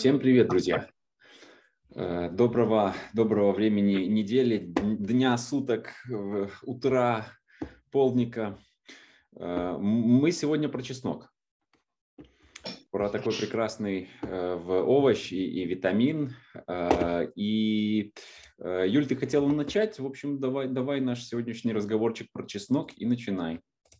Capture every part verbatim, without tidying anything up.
Всем привет, друзья! Доброго, доброго времени недели, дня, суток, утра, полдника. Мы сегодня про чеснок, про такой прекрасный овощ и, и витамин. И, Юль, ты хотела начать? В общем, давай, давай наш сегодняшний разговорчик про чеснок и начинай.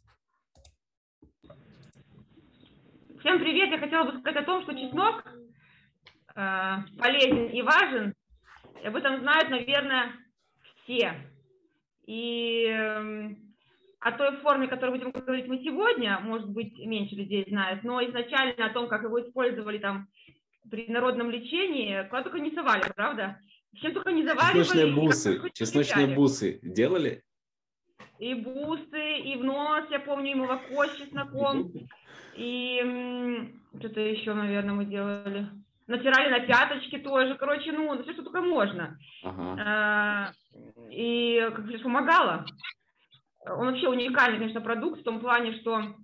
Всем привет! Я хотела бы сказать о том, что чеснок э, полезен и важен. И об этом знают, наверное, все. И э, о той форме, о которой будем говорить мы сегодня, может быть, меньше людей знают, но изначально о том, как его использовали там при народном лечении, куда только не совали, правда? Чем только не заваривали. Чесночные бусы, чесночные бусы делали? И бусы, и в нос, я помню, и молоко с чесноком. И что-то еще, наверное, мы делали. Натирали на пяточки тоже. Короче, ну, все, что только можно. Ага. И как же помогало. Он вообще уникальный, конечно, продукт в том плане, что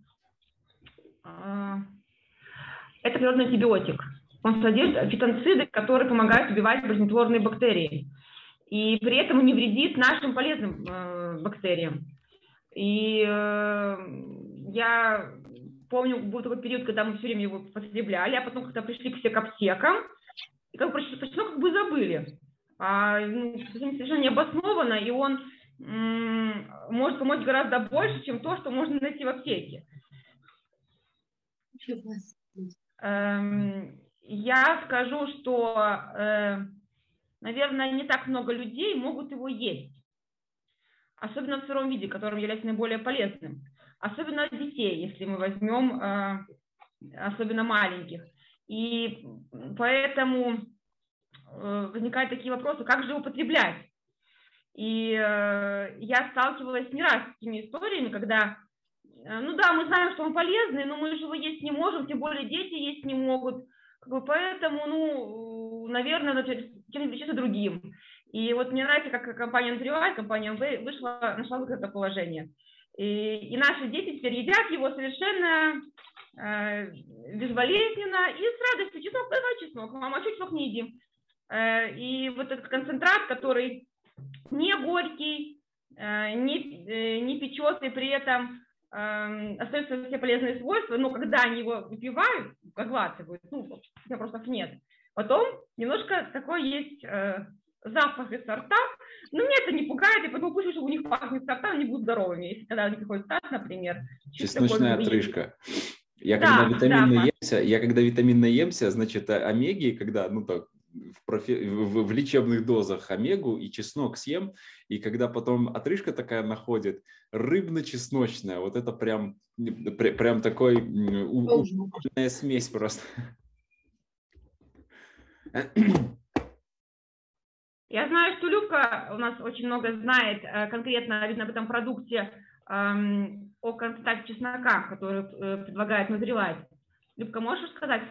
это природный антибиотик. Он содержит фитонциды, которые помогают убивать болезнетворные бактерии. И при этом не вредит нашим полезным э, бактериям. И э, я помню, был такой период, когда мы все время его потребляли, а потом, когда пришли все к аптекам, и как бы про чеснок как бы забыли. А, ну, совершенно необоснованно, и он м, может помочь гораздо больше, чем то, что можно найти в аптеке. Эм, я скажу, что, э, наверное, не так много людей могут его есть. Особенно в сыром виде, которым является наиболее полезным. Особенно детей, если мы возьмем, э, особенно маленьких. И поэтому э, возникают такие вопросы, как же его употреблять. И э, я сталкивалась не раз с такими историями, когда, э, ну да, мы знаем, что он полезный, но мы же его есть не можем, тем более дети есть не могут. Как бы поэтому, ну, наверное, надо чем-нибудь лечиться другим. И вот мне нравится, как компания Nutrilite, компания эм вэ вышла, нашла выход это положение. И, и наши дети теперь едят его совершенно э, безболезненно и с радостью. Чеснок, давай чеснок, мама, а что чеснок не едим? Э, и вот этот концентрат, который не горький, э, не, э, не печет, и при этом э, остаются все полезные свойства, но когда они его выпивают, проглатывают, ну, вопросов нет. Потом немножко такой есть... Э, запах изо рта, но меня это не пугает, и потому пусть уже у них пахнет изо рта, они будут здоровыми, если когда они приходят в стать, например. Чесночная отрыжка. Я, да, когда витамин да, наемся, я когда витамин наемся, значит, омеги, когда, ну так, в, профи, в, в лечебных дозах омегу и чеснок съем, и когда потом отрыжка такая находит, рыбно-чесночная, вот это прям, прям такой удивительная смесь просто. Я знаю, что Любка у нас очень много знает конкретно, видно, об этом продукте, эм, о концентрате чеснока, который э, предлагает Nutrilite. Любка, можешь сказать?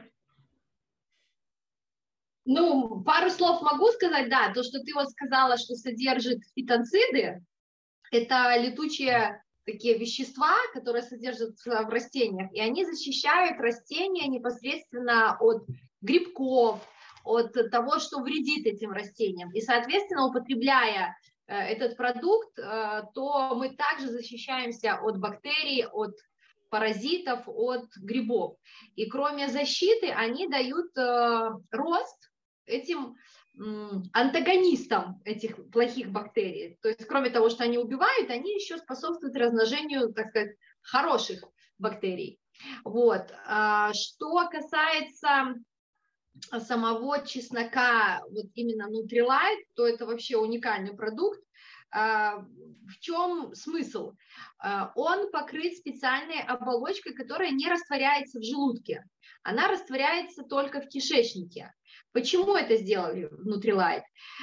Ну, пару слов могу сказать, да. То, что ты вот сказала, что содержит фитонциды, это летучие такие вещества, которые содержатся в растениях, и они защищают растения непосредственно от грибков, от того, что вредит этим растениям. И, соответственно, употребляя э, этот продукт, э, то мы также защищаемся от бактерий, от паразитов, от грибов. И кроме защиты, они дают э, рост этим э, антагонистам этих плохих бактерий. То есть, кроме того, что они убивают, они еще способствуют размножению, так сказать, хороших бактерий. Вот. А, что касается самого чеснока, вот именно Nutrilite, то это вообще уникальный продукт. В чем смысл? Он покрыт специальной оболочкой, которая не растворяется в желудке. Она растворяется только в кишечнике. Почему это сделали в Nutrilite?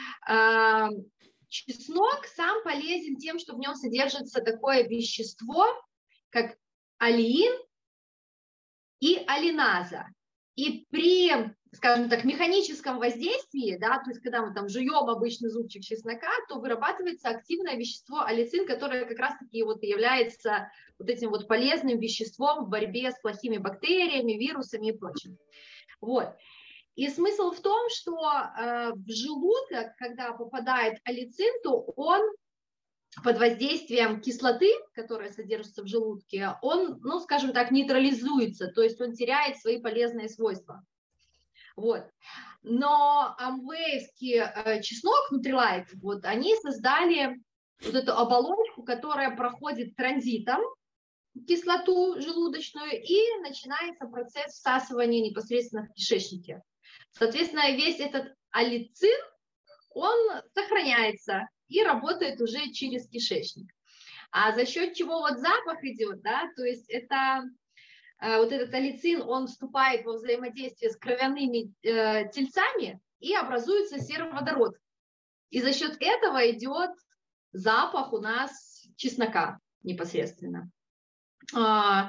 Чеснок сам полезен тем, что в нем содержится такое вещество, как алиин и алиназа. И при, скажем так, механическом воздействии, да, то есть когда мы там жуем обычный зубчик чеснока, то вырабатывается активное вещество аллицин, которое как раз-таки вот и является вот этим вот полезным веществом в борьбе с плохими бактериями, вирусами и прочим. Вот. И смысл в том, что э, в желудок, когда попадает аллицин, то он под воздействием кислоты, которая содержится в желудке, он, ну, скажем так, нейтрализуется, то есть он теряет свои полезные свойства. Вот. Но амвеевский э, чеснок Nutrilite, вот, они создали вот эту оболочку, которая проходит транзитом кислоту желудочную, и начинается процесс всасывания непосредственно в кишечнике. Соответственно, весь этот аллицин, он сохраняется и работает уже через кишечник. А за счет чего вот запах идет, да, то есть это э, вот этот аллицин, он вступает во взаимодействие с кровяными э, тельцами и образуется сероводород. И за счет этого идет запах у нас чеснока непосредственно. А...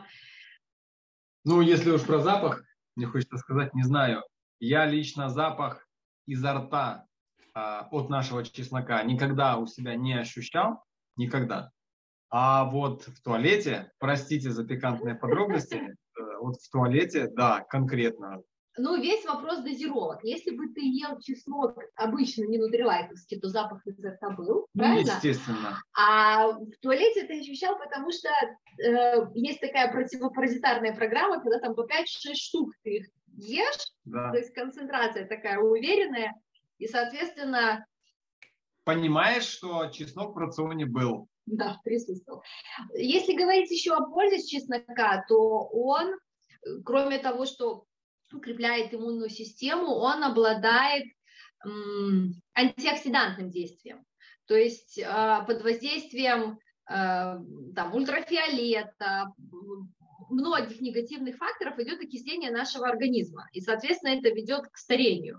Ну, если уж про запах, мне хочется сказать, не знаю, я лично запах изо рта а, от нашего чеснока никогда у себя не ощущал, никогда. А вот в туалете, простите за пикантные подробности, вот в туалете, да, конкретно. Ну, весь вопрос дозировок. Если бы ты ел чеснок обычно, не нутрилайтовский, то запах изо рта был, ну, правильно? Естественно. А в туалете ты ощущал, потому что э, есть такая противопаразитарная программа, когда там по пять-шесть штук ты их ешь, да. То есть концентрация такая уверенная, и, соответственно... Понимаешь, что чеснок в рационе был. Да, присутствовал. Если говорить еще о пользе чеснока, то он, кроме того, что укрепляет иммунную систему, он обладает м, антиоксидантным действием. То есть э, под воздействием э, там, ультрафиолета, многих негативных факторов идет окисление нашего организма. И, соответственно, это ведет к старению.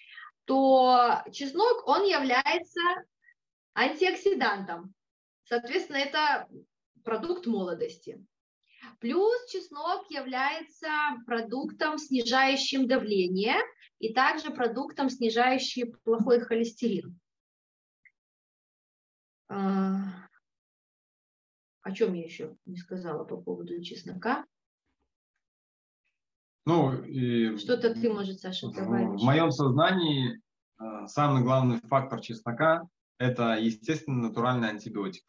То чеснок, он является антиоксидантом. Соответственно, это продукт молодости. Плюс чеснок является продуктом, снижающим давление, и также продуктом, снижающим плохой холестерин. О чем я еще не сказала по поводу чеснока? Ну, и что-то ты, может, Саша, добавишь? В моем сознании самый главный фактор чеснока – это, естественно, натуральный антибиотик.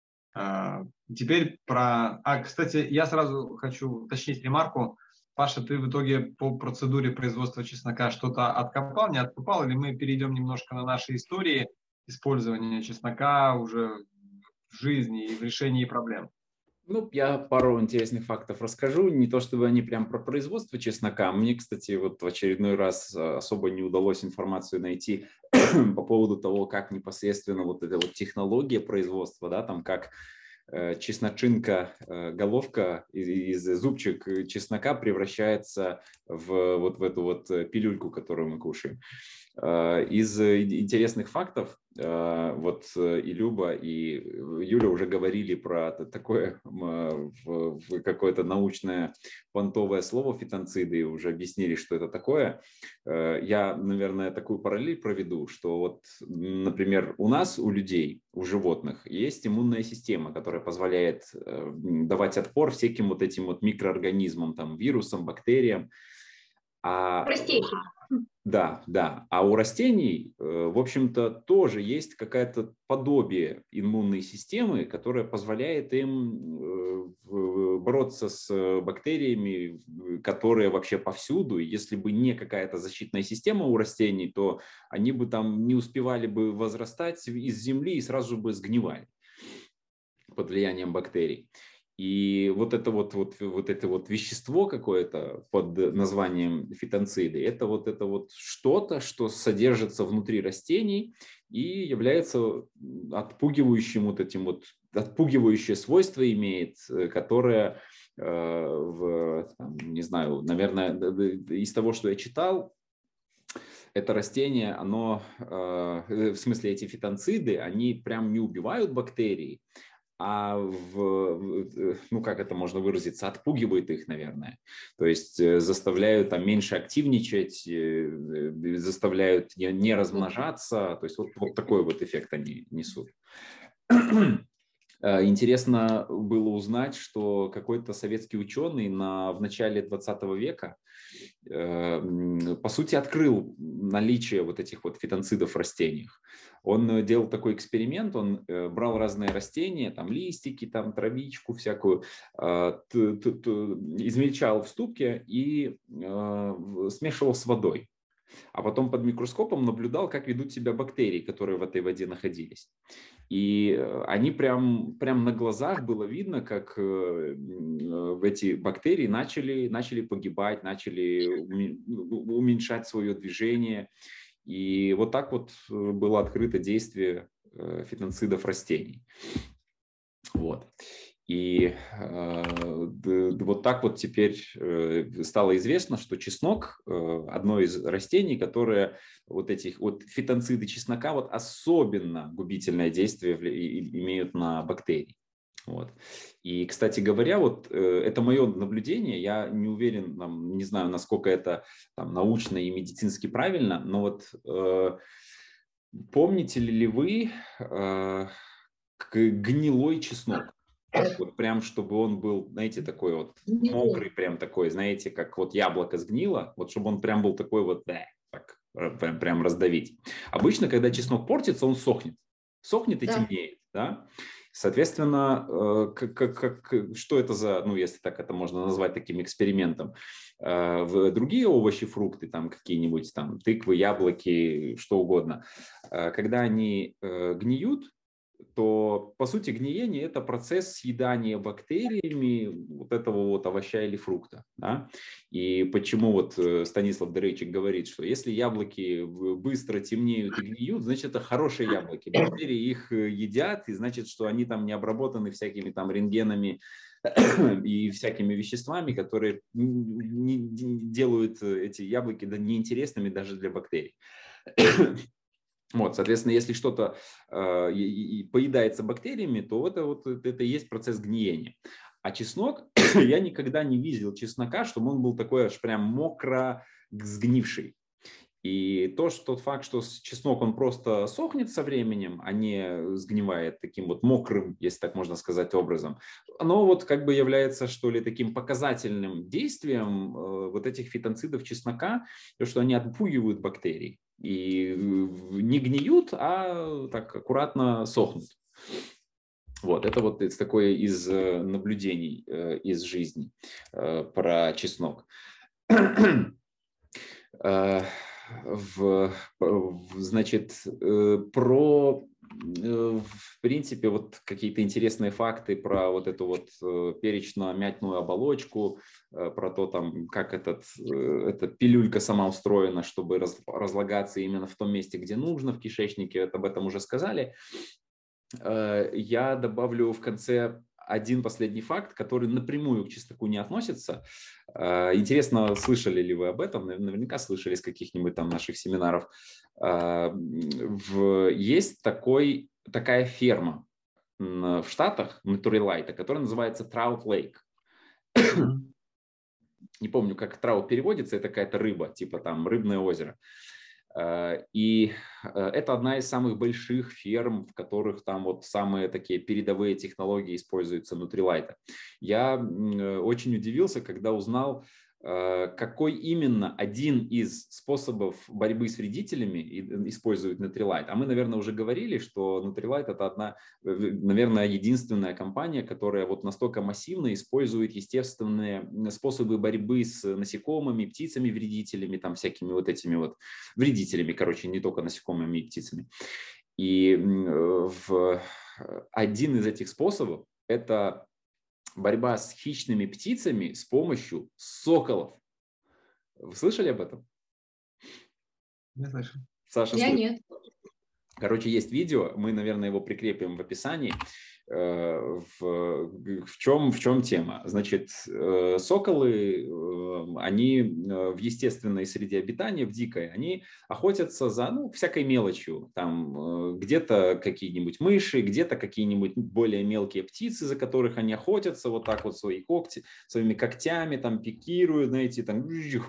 Теперь про... А, кстати, я сразу хочу уточнить ремарку. Паша, ты в итоге по процедуре производства чеснока что-то откопал, не откопал? Или мы перейдем немножко на наши истории использования чеснока уже в жизни и в решении проблем? Ну, я пару интересных фактов расскажу. Не то чтобы они прям про производство чеснока. Мне, кстати, вот в очередной раз особо не удалось информацию найти по поводу того, как непосредственно вот эта вот технология производства, да, там как э, чесночинка, э, головка из, из зубчик чеснока превращается в вот в эту вот пилюльку, которую мы кушаем. Из интересных фактов, вот и Люба, и Юля уже говорили про такое какое-то научное понтовое слово фитонциды, и уже объяснили, что это такое. Я, наверное, такую параллель проведу, что вот, например, у нас, у людей, у животных есть иммунная система, которая позволяет давать отпор всяким вот этим вот микроорганизмам, там, вирусам, бактериям. А... Простейшим. Да, да. А у растений, в общем-то, тоже есть какое-то подобие иммунной системы, которая позволяет им бороться с бактериями, которые вообще повсюду. И если бы не какая-то защитная система у растений, то они бы там не успевали бы возрастать из земли и сразу бы сгнивали под влиянием бактерий. И вот это вот, вот, вот это вот вещество какое-то под названием фитонциды, это вот это вот что-то, что содержится внутри растений и является отпугивающим вот этим вот, отпугивающее свойство имеет, которое, э, в, там, не знаю, наверное, из того, что я читал, это растение, оно, э, в смысле эти фитонциды, они прям не убивают бактерии, а в, ну как это можно выразиться, отпугивает их, наверное. То есть заставляют там меньше активничать, заставляют не размножаться. То есть вот, вот такой вот эффект они несут. Интересно было узнать, что какой-то советский ученый на, в начале двадцатого века, по сути, открыл наличие вот этих вот фитонцидов в растениях. Он делал такой эксперимент, он брал разные растения, там листики, там травичку всякую, измельчал в ступке и смешивал с водой. А потом под микроскопом наблюдал, как ведут себя бактерии, которые в этой воде находились. И они прям, прям на глазах было видно, как эти бактерии начали, начали погибать, начали уменьшать свое движение. И вот так вот было открыто действие фитонцидов растений. Вот. И э, вот так вот теперь э, стало известно, что чеснок э, одно из растений, которое вот этих вот фитонциды чеснока вот особенно губительное действие имеют на бактерии. Вот. И, кстати говоря, вот э, это мое наблюдение, я не уверен, там, не знаю, насколько это там, научно и медицински правильно, но вот э, помните ли вы э, гнилой чеснок? Вот прям, чтобы он был, знаете, такой вот мокрый, прям такой, знаете, как вот яблоко сгнило, вот чтобы он прям был такой вот, да, так, прям, прям раздавить. Обычно, когда чеснок портится, он сохнет. Сохнет и да. темнеет, да. Соответственно, как, как, как, что это за, ну, если так это можно назвать таким экспериментом, в другие овощи, фрукты, там какие-нибудь там тыквы, яблоки, что угодно, когда они гниют, то, по сути, гниение – это процесс съедания бактериями вот этого вот овоща или фрукта. Да? И почему вот Станислав Дрейчик говорит, что если яблоки быстро темнеют и гниют, значит, это хорошие яблоки. Бактерии их едят, и значит, что они там не обработаны всякими там рентгенами и всякими веществами, которые не делают эти яблоки неинтересными даже для бактерий. Вот, соответственно, если что-то э, и, и поедается бактериями, то это, вот, это и есть процесс гниения. А чеснок, я никогда не видел чеснока, чтобы он был такой аж прям мокро сгнивший. И то, что, тот факт, что чеснок он просто сохнет со временем, а не сгнивает таким вот мокрым, если так можно сказать, образом, оно вот как бы является, что ли, таким показательным действием э, вот этих фитонцидов чеснока, то, что они отпугивают бактерий. И не гниют, а так аккуратно сохнут. Вот, это вот такое из наблюдений из жизни про чеснок. В, значит, про, в принципе, вот какие-то интересные факты про вот эту вот перечно-мятную оболочку, про то, там, как этот, эта пилюлька сама устроена, чтобы раз, разлагаться именно в том месте, где нужно, в кишечнике, это, об этом уже сказали. Я добавлю в конце один последний факт, который напрямую к чесноку не относится. Интересно, слышали ли вы об этом? Наверняка слышали из каких-нибудь там наших семинаров. Есть такой, такая ферма в Штатах, Nutrilite, которая называется Trout Lake. Не помню, как траут переводится, это какая-то рыба, типа там рыбное озеро. И это одна из самых больших ферм, в которых там вот самые такие передовые технологии используются Nutrilite. Я очень удивился, когда узнал, какой именно один из способов борьбы с вредителями использует Nutrilite. А мы, наверное, уже говорили, что Nutrilite – это одна, наверное, единственная компания, которая вот настолько массивно использует естественные способы борьбы с насекомыми, птицами, вредителями, там всякими вот этими вот вредителями, короче, не только насекомыми и птицами. И в один из этих способов – это борьба с хищными птицами с помощью соколов. Вы слышали об этом? Не слышал. Саша, Я слышал? нет. Короче, есть видео, мы, наверное, его прикрепим в описании. В, в, чем, в чем тема? Значит, соколы, они в естественной среде обитания, в дикой, они охотятся за ну, всякой мелочью. Там где-то какие-нибудь мыши, где-то какие-нибудь более мелкие птицы, за которых они охотятся, вот так вот свои когти, своими когтями там пикируют, знаете, там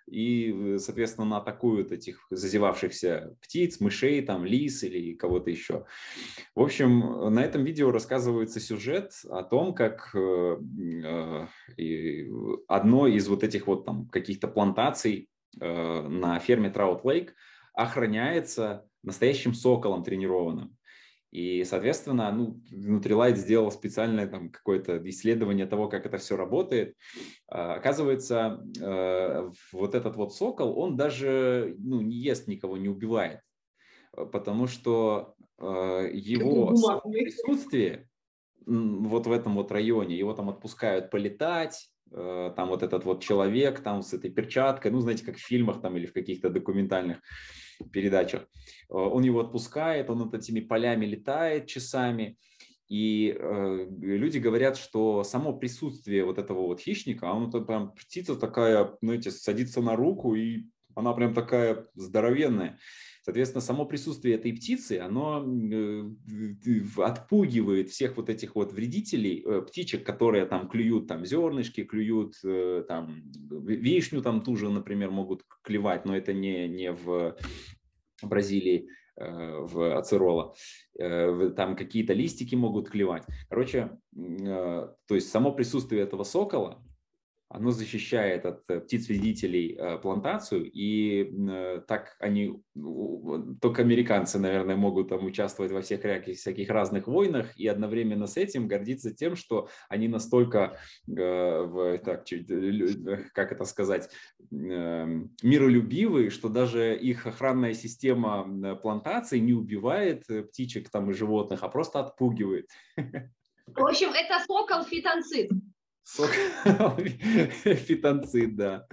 и, соответственно, атакуют этих зазевавшихся птиц, мышей, там, лис или кого-то еще. В общем, на этом видео рассказывается сюжет о том, как э, э, одной из вот этих вот там каких-то плантаций э, на ферме Trout Lake охраняется настоящим соколом тренированным. И, соответственно, ну, Nutrilite сделал специальное там какое-то исследование того, как это все работает. Оказывается, вот этот вот сокол, он даже ну, не ест никого, не убивает, потому что его присутствие вот в этом вот районе, его там отпускают полетать, там вот этот вот человек там с этой перчаткой, ну, знаете, как в фильмах там или в каких-то документальных передачах. Он его отпускает, он над этими полями летает часами, и э, люди говорят, что само присутствие вот этого вот хищника, он то прям птица такая, знаете, садится на руку, и она прям такая здоровенная. Соответственно, само присутствие этой птицы, оно отпугивает всех вот этих вот вредителей, птичек, которые там клюют там зернышки, клюют там вишню там ту же, например, могут клевать, но это не, не в Бразилии, в ацерола. Там какие-то листики могут клевать. Короче, то есть само присутствие этого сокола, оно защищает от птиц-вредителей плантацию, и так они, только американцы, наверное, могут там участвовать во всех всяких разных войнах и одновременно с этим гордиться тем, что они настолько, так, как это сказать, миролюбивые, что даже их охранная система плантаций не убивает птичек там и животных, а просто отпугивает. В общем, это сокол-фитонцид. Фитонцид, да.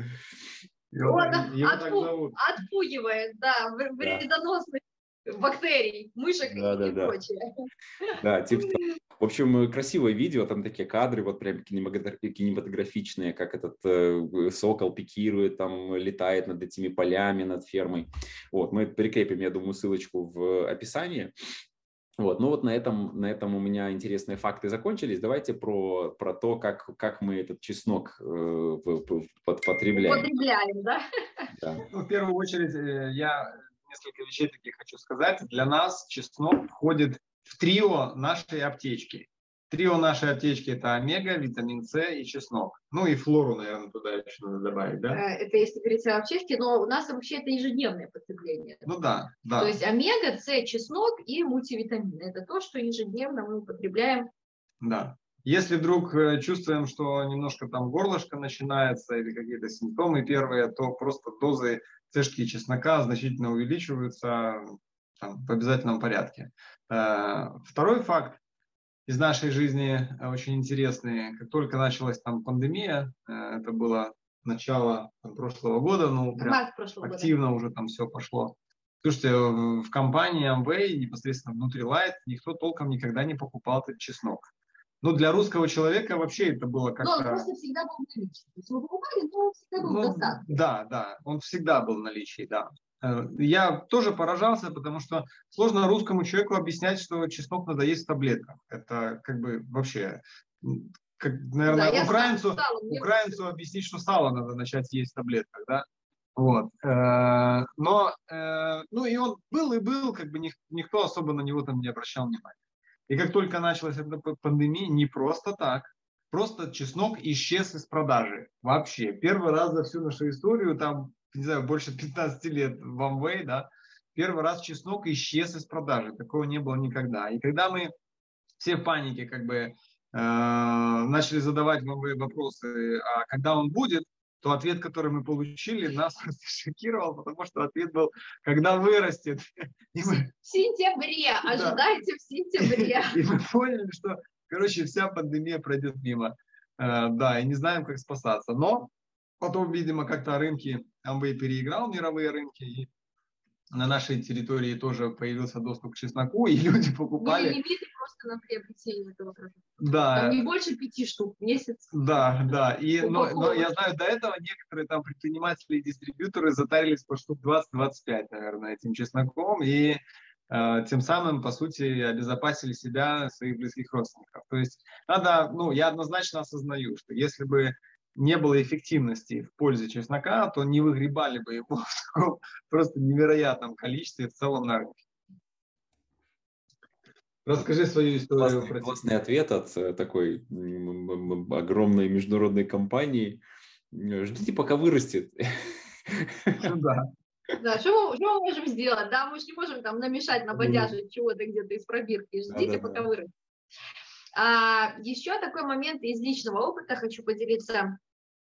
Он отпу... отпугивает, да, вредоносных да. бактерий, мышек да, и да, прочее. Да, типа, в общем, красивое видео, там такие кадры, вот прям кинематографичные, как этот э, сокол пикирует, там летает над этими полями, над фермой. Вот, мы прикрепим, я думаю, ссылочку в описании. Вот, ну вот на этом, на этом у меня интересные факты закончились. Давайте про, про то, как, как мы этот чеснок э, потребляем. Употребляем, да? да. Ну, в первую очередь я несколько вещей таких хочу сказать. Для нас чеснок входит в трио нашей аптечки. Трио нашей аптечки – это омега, витамин С и чеснок. Ну и флору, наверное, туда еще надо добавить, да? Это если говорить о аптечке, но у нас вообще это ежедневное потребление. Ну да, да. То есть омега, С, чеснок и мультивитамины. Это то, что ежедневно мы употребляем. Да. Если вдруг чувствуем, что немножко там горлышко начинается или какие-то симптомы первые, то просто дозы цешки и чеснока значительно увеличиваются там, в обязательном порядке. Второй факт из нашей жизни очень интересные. Как только началась там пандемия, это было начало там, прошлого года, ну прям активно года. Уже там все пошло. Слушайте, в компании Amway, непосредственно в Nutrilite, никто толком никогда не покупал этот чеснок. Ну, для русского человека вообще это было как-то... Но он просто всегда был в наличии. То есть мы покупали, но он всегда был ну, достаточно. Да, да, он всегда был в наличии, да. Я тоже поражался, потому что сложно русскому человеку объяснять, что чеснок надо есть в таблетках. Это как бы вообще, как, наверное, да, украинцу, украинцу объяснить, что сало надо начать есть в таблетках, да. Вот. Но, ну и он был и был, как бы никто особо на него там не обращал внимания. И как только началась эта пандемия, не просто так, просто чеснок исчез из продажи. Вообще. Первый раз за всю нашу историю, там, не знаю, больше пятнадцати лет в Amway, да, первый раз чеснок исчез из продажи. Такого не было никогда. И когда мы все в панике как бы э, начали задавать в Amway вопросы, а когда он будет, то ответ, который мы получили, нас шокировал, потому что ответ был, когда вырастет. И мы... В сентябре, ожидайте да. в сентябре. И мы поняли, что, короче, вся пандемия пройдет мимо. Э, да, и не знаем, как спасаться. Но потом, видимо, как-то рынки, Amway переиграл мировые рынки, и на нашей территории тоже появился доступ к чесноку, и люди покупали... Были лимиты просто на приобретение этого продукта. Да. Там не больше пяти штук в месяц. Да, да. И, но, но я знаю, до этого некоторые там предприниматели и дистрибьюторы затарились по штук двадцать-двадцать пять, наверное, этим чесноком, и э, тем самым, по сути, обезопасили себя, своих близких родственников. То есть надо, ну, я однозначно осознаю, что если бы не было эффективности в пользе чеснока, то не выгребали бы его в таком просто невероятном количестве в целом на рынке. Расскажи свою историю. Классный, классный ответ от такой огромной международной компании. Ждите, пока вырастет. Да. Да, что мы, что мы можем сделать? Да, мы же не можем там намешать, набодяжить чего-то где-то из пробирки. Ждите, да, да, пока да. вырастет. А, еще такой момент из личного опыта хочу поделиться.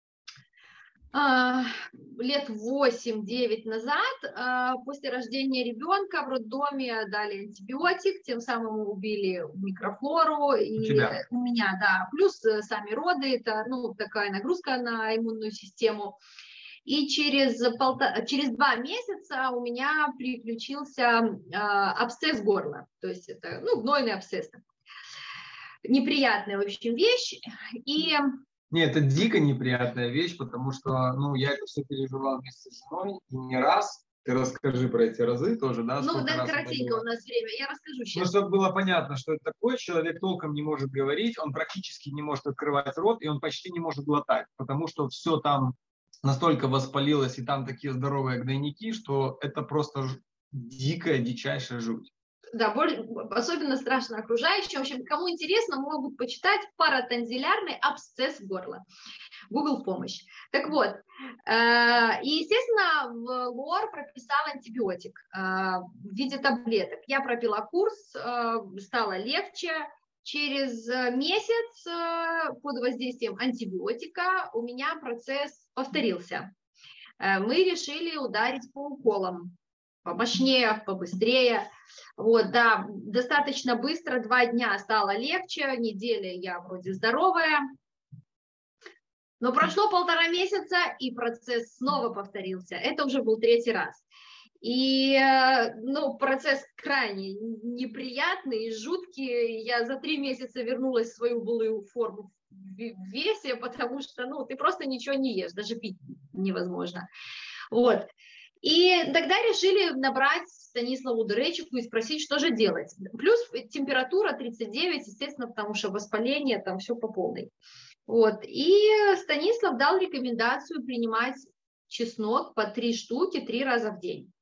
А, лет восемь-девять назад, а, после рождения ребенка в роддоме дали антибиотик, тем самым убили микрофлору. И у тебя? У меня, да. Плюс сами роды, это ну, такая нагрузка на иммунную систему. И через, полтора, через два месяца у меня приключился э, абсцесс горла. То есть это ну, гнойный абсцесс. Неприятная, в общем, вещь. И... Нет, это дико неприятная вещь, потому что ну, я это все переживал вместе с женой и не раз. Ты расскажи про эти разы тоже, да? Ну, да, коротенько у нас время, я расскажу сейчас. Ну, чтобы было понятно, что это такое, человек толком не может говорить, он практически не может открывать рот, и он почти не может глотать, потому что все там настолько воспалилось, и там такие здоровые гнойники, что это просто дикая, дичайшая жуть. Да, больше, особенно страшно окружающим. В общем, кому интересно, могут почитать паратонзиллярный абсцесс горла. Google помощь. Так вот, э, и, естественно, в ЛОР прописал антибиотик э, в виде таблеток. Я пропила курс, э, стало легче. Через месяц э, под воздействием антибиотика у меня процесс повторился. Э, мы решили ударить по уколам. Помощнее, побыстрее. Вот, да, достаточно быстро, два дня стало легче, неделя я вроде здоровая. Но прошло полтора месяца, и процесс снова повторился. Это уже был третий раз. И, ну, процесс крайне неприятный и жуткий. Я за три месяца вернулась в свою былую форму в весе, потому что, ну, ты просто ничего не ешь, даже пить невозможно. Вот. И тогда решили набрать Станиславу Дуречику и спросить, что же делать. Плюс температура тридцать девять, естественно, потому что воспаление, там все по полной. Вот. И Станислав дал рекомендацию принимать чеснок по три штуки три раза в день.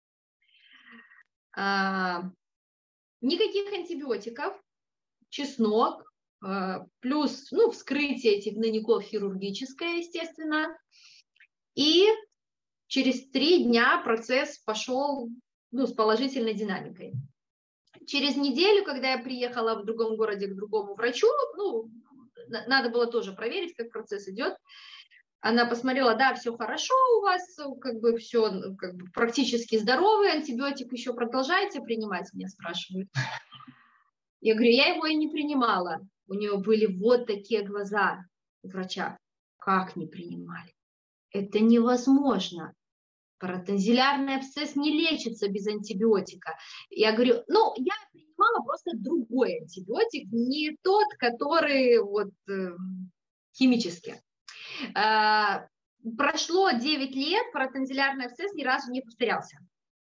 А, никаких антибиотиков, чеснок, а, плюс ну, вскрытие этих гнойников хирургическое, естественно. И через три дня процесс пошел ну, с положительной динамикой. Через неделю, когда я приехала в другом городе к другому врачу, ну, надо было тоже проверить, как процесс идет. Она посмотрела, да, все хорошо у вас, как бы все как бы практически здоровый, антибиотик еще продолжаете принимать, меня спрашивают. Я говорю, я его и не принимала. У нее были вот такие глаза у врача. Как не принимали? Это невозможно. Паратонзиллярный абсцесс не лечится без антибиотика. Я говорю, ну, я принимала просто другой антибиотик, не тот, который вот э, химический. Э, прошло девять лет, паратонзиллярный абсцесс ни разу не повторялся.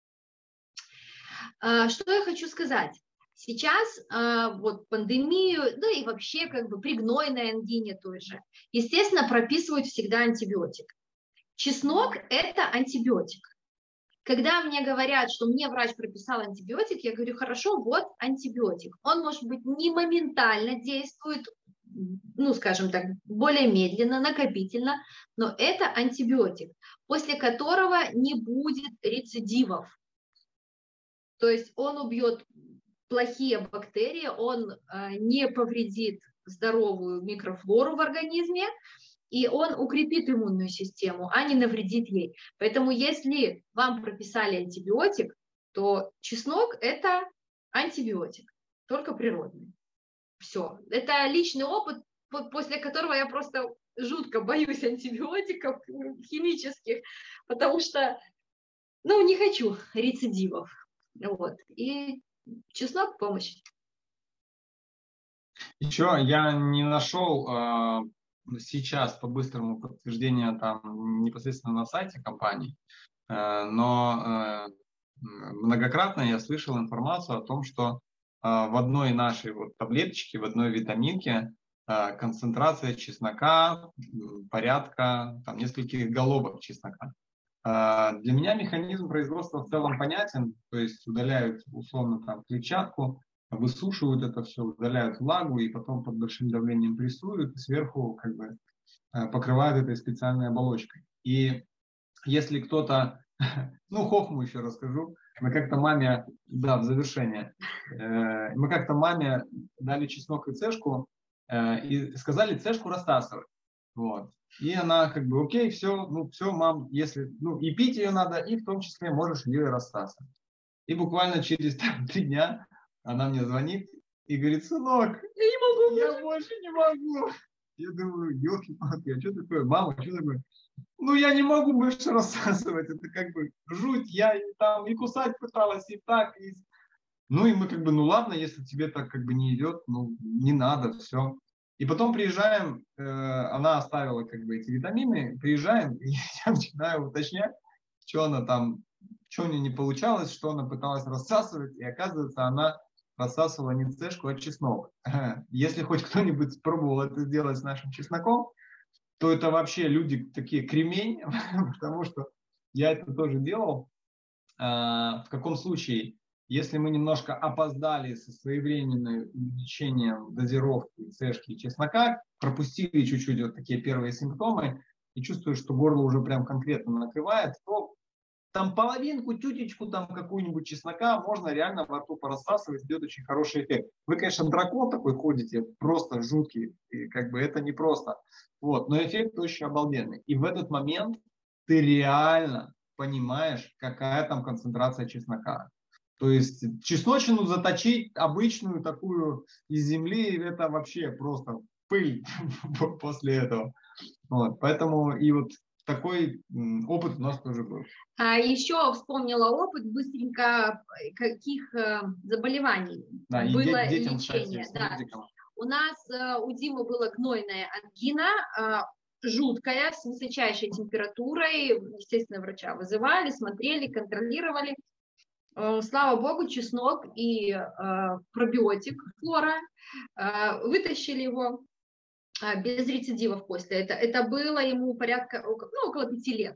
Э, что я хочу сказать? Сейчас э, вот пандемию, да и вообще как бы при гнойной ангине той же, естественно, прописывают всегда антибиотик. Чеснок – это антибиотик. Когда мне говорят, что мне врач прописал антибиотик, я говорю, хорошо, вот антибиотик. Он, может быть, не моментально действует, ну, скажем так, более медленно, накопительно, но это антибиотик, после которого не будет рецидивов. То есть он убьет плохие бактерии, он э, не повредит здоровую микрофлору в организме, и он укрепит иммунную систему, а не навредит ей. Поэтому если вам прописали антибиотик, то чеснок – это антибиотик, только природный. Все. Это личный опыт, после которого я просто жутко боюсь антибиотиков химических, потому что, ну, не хочу рецидивов. Вот. И чеснок – помощь. Еще я не нашел сейчас по-быстрому подтверждение там непосредственно на сайте компании, но многократно я слышал информацию о том, что в одной нашей вот таблеточке, в одной витаминке концентрация чеснока порядка там, нескольких головок чеснока. Для меня механизм производства в целом понятен, то есть удаляют условно там клетчатку, высушивают это все, удаляют влагу и потом под большим давлением прессуют и сверху как бы покрывают этой специальной оболочкой. И если кто-то, ну хохму еще расскажу, мы как-то маме, да, в завершение, мы как-то маме дали чеснок и цешку и сказали цешку рассасывать. Вот. И она как бы, окей, все, ну все, мам, если, ну и пить ее надо, и в том числе можешь ее и рассасывать. И буквально через там, три дня она мне звонит и говорит, сынок, я не могу, я больше не могу. Я думаю, елки-палки, а что такое, мама, что такое? Ну я не могу больше рассасывать, это как бы жуть, я и там и кусать пыталась, и так, и... Ну и мы как бы, ну ладно, если тебе так как бы не идет, ну не надо, все. И потом приезжаем, э, она оставила как бы эти витамины, приезжаем, и я начинаю уточнять, что она там, что у нее не получалось, что она пыталась рассасывать, и оказывается, она рассасывала не цешку, а чеснок. Если хоть кто-нибудь пробовал это сделать с нашим чесноком, то это вообще люди такие кремень, потому что я это тоже делал. В каком случае? Если мы немножко опоздали со своевременным увеличением дозировки цешки и чеснока, пропустили чуть-чуть вот такие первые симптомы и чувствую, что горло уже прям конкретно накрывает, то там половинку, тютечку, там какую-нибудь чеснока можно реально во рту порассасывать, идет очень хороший эффект. Вы, конечно, дракон такой ходите, просто жуткий, и как бы это непросто. Вот, но эффект очень обалденный. И в этот момент ты реально понимаешь, какая там концентрация чеснока. То есть чесночину заточить обычную такую из земли, это вообще просто пыль после этого. Вот, поэтому и вот такой опыт у нас тоже был. А еще вспомнила опыт быстренько, каких э, заболеваний да, было и детям, лечение. кстати, да. У нас э, у Димы была гнойная ангина, э, жуткая, с высочайшей температурой. Естественно, врача вызывали, смотрели, контролировали. Э, слава богу, чеснок и э, пробиотик флора э, вытащили его без рецидивов после. Это, это было ему порядка, ну, около пяти лет.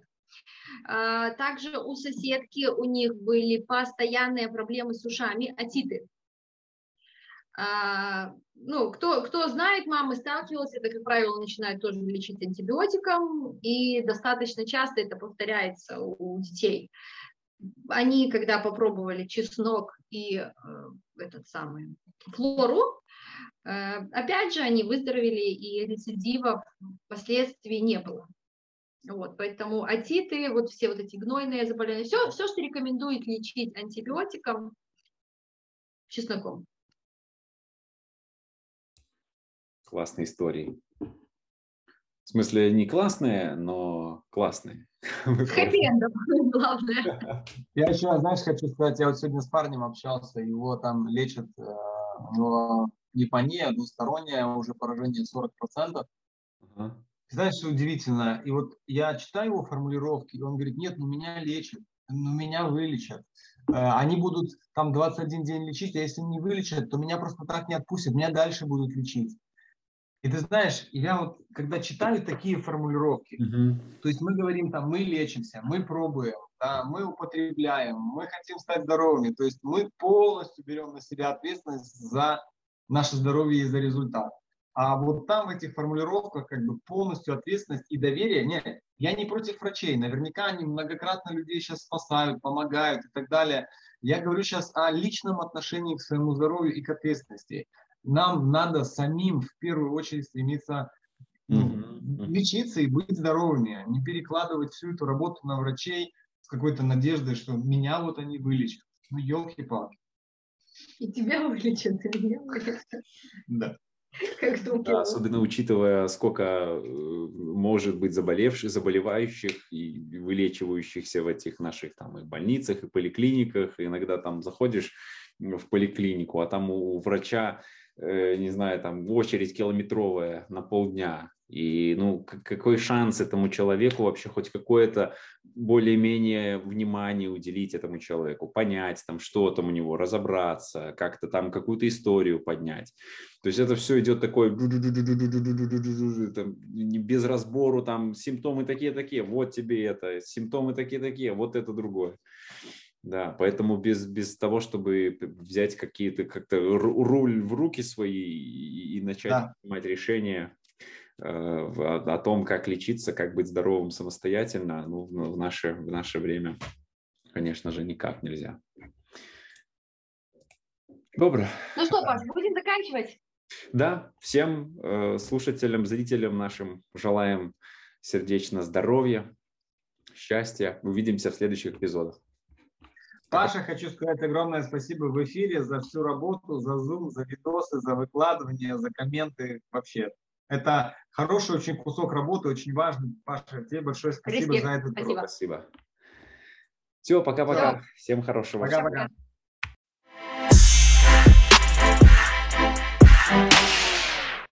Также у соседки у них были постоянные проблемы с ушами, отиты. Ну, кто, кто знает, мама сталкивалась, это, как правило, начинают тоже лечить антибиотиком, и достаточно часто это повторяется у детей. Они, когда попробовали чеснок и э, этот самый флору, опять же, они выздоровели, и рецидивов последствий не было. Вот, поэтому отиты, вот все вот эти гнойные заболевания, все, все, что рекомендует лечить антибиотиком, чесноком. Классные истории. В смысле, не классные, но классные. Хэппи-эндом, главное. Я еще, знаешь, хочу сказать, я вот сегодня с парнем общался, его там лечат, у него гипония, двустороннее уже поражение сорок процентов. Uh-huh. Знаешь, что удивительно? И вот я читаю его формулировки, и он говорит, нет, ну меня лечат, ну меня вылечат. Они будут там двадцать один день лечить, а если не вылечат, то меня просто так не отпустят, меня дальше будут лечить. И ты знаешь, я вот, когда читаю такие формулировки, uh-huh. то есть мы говорим там, мы лечимся, мы пробуем, да, мы употребляем, мы хотим стать здоровыми, то есть мы полностью берем на себя ответственность за наше здоровье и за результат. А вот там в этих формулировках как бы полностью ответственность и доверие. Нет, я не против врачей. Наверняка они многократно людей сейчас спасают, помогают и так далее. Я говорю сейчас о личном отношении к своему здоровью и к ответственности. Нам надо самим в первую очередь стремиться ну, mm-hmm. лечиться и быть здоровыми. Не перекладывать всю эту работу на врачей с какой-то надеждой, что меня вот они вылечат. Ну, елки-палки. И тебя вылечат, и меня вылечат. Да. Да, особенно учитывая, сколько может быть заболевших, заболевающих и вылечивающихся в этих наших там и больницах, и поликлиниках. И иногда там заходишь в поликлинику, а там у врача э, не знаю, там очередь километровая на полдня. И ну, какой шанс этому человеку вообще хоть какое-то более-менее внимание уделить этому человеку, понять там, что там у него, разобраться, как-то там какую-то историю поднять. То есть это все идет такое без разбору, там симптомы такие-такие, вот тебе это, симптомы такие-такие, вот это другое. Да, поэтому без, без того, чтобы взять какие-то как-то руль в руки свои и, и начать да. принимать решения э, о, о том, как лечиться, как быть здоровым самостоятельно, ну, в, в, наше, в наше время, конечно же, никак нельзя. Добро. Ну что, Паш, будем заканчивать? Да, всем э, слушателям, зрителям нашим желаем сердечно здоровья, счастья. Увидимся в следующих эпизодах. Паша, хочу сказать огромное спасибо в эфире за всю работу, за Zoom, за видосы, за выкладывание, за комменты вообще. Это хороший очень кусок работы, очень важный. Паша, тебе большое спасибо Респект. за это. Спасибо. Спасибо. Все, пока-пока. Всем хорошего. Пока-пока.